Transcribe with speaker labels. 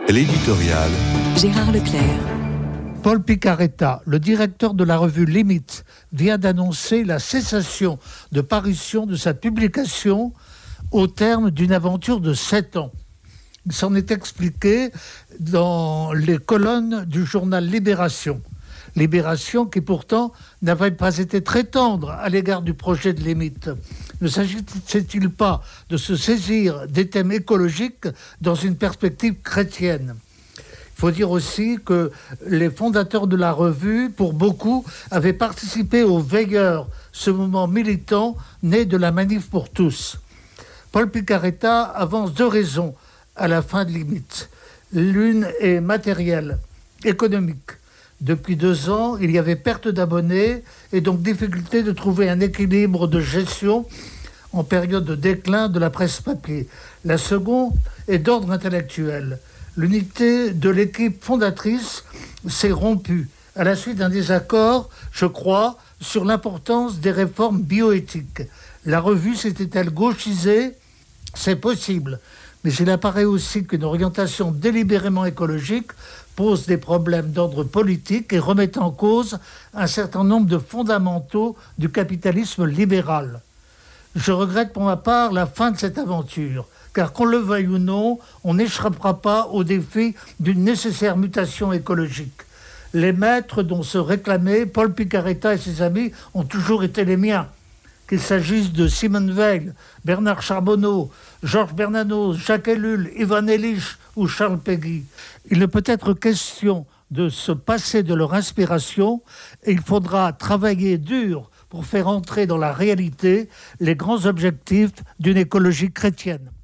Speaker 1: L'éditorial.
Speaker 2: Gérard Leclerc.
Speaker 3: Paul Picaretta, le directeur de la revue Limite, vient d'annoncer la cessation de parution de sa publication au terme d'une aventure de 7 ans. Il s'en est expliqué dans les colonnes du journal Libération. Libération qui pourtant n'avait pas été très tendre à l'égard du projet de Limite. Ne s'agissait-il pas de se saisir des thèmes écologiques dans une perspective chrétienne ? Il faut dire aussi que les fondateurs de la revue, pour beaucoup, avaient participé aux Veilleurs, ce mouvement militant né de la Manif pour tous. Paul Picaretta avance 2 raisons à la fin de Limite. L'une est matérielle, économique. Depuis 2 ans, il y avait perte d'abonnés et donc difficulté de trouver un équilibre de gestion en période de déclin de la presse papier. La seconde est d'ordre intellectuel. L'unité de l'équipe fondatrice s'est rompue à la suite d'un désaccord, je crois, sur l'importance des réformes bioéthiques. La revue s'était-elle gauchisée ? C'est possible. Mais il apparaît aussi qu'une orientation délibérément écologique pose des problèmes d'ordre politique et remet en cause un certain nombre de fondamentaux du capitalisme libéral. Je regrette pour ma part la fin de cette aventure, car qu'on le veuille ou non, on n'échappera pas au défi d'une nécessaire mutation écologique. Les maîtres dont se réclamait Paul Picaretta et ses amis ont toujours été les miens. Qu'il s'agisse de Simone Veil, Bernard Charbonneau, Georges Bernanos, Jacques Ellul, Ivan Illich ou Charles Péguy. Il ne peut être question de se passer de leur inspiration et il faudra travailler dur pour faire entrer dans la réalité les grands objectifs d'une écologie chrétienne.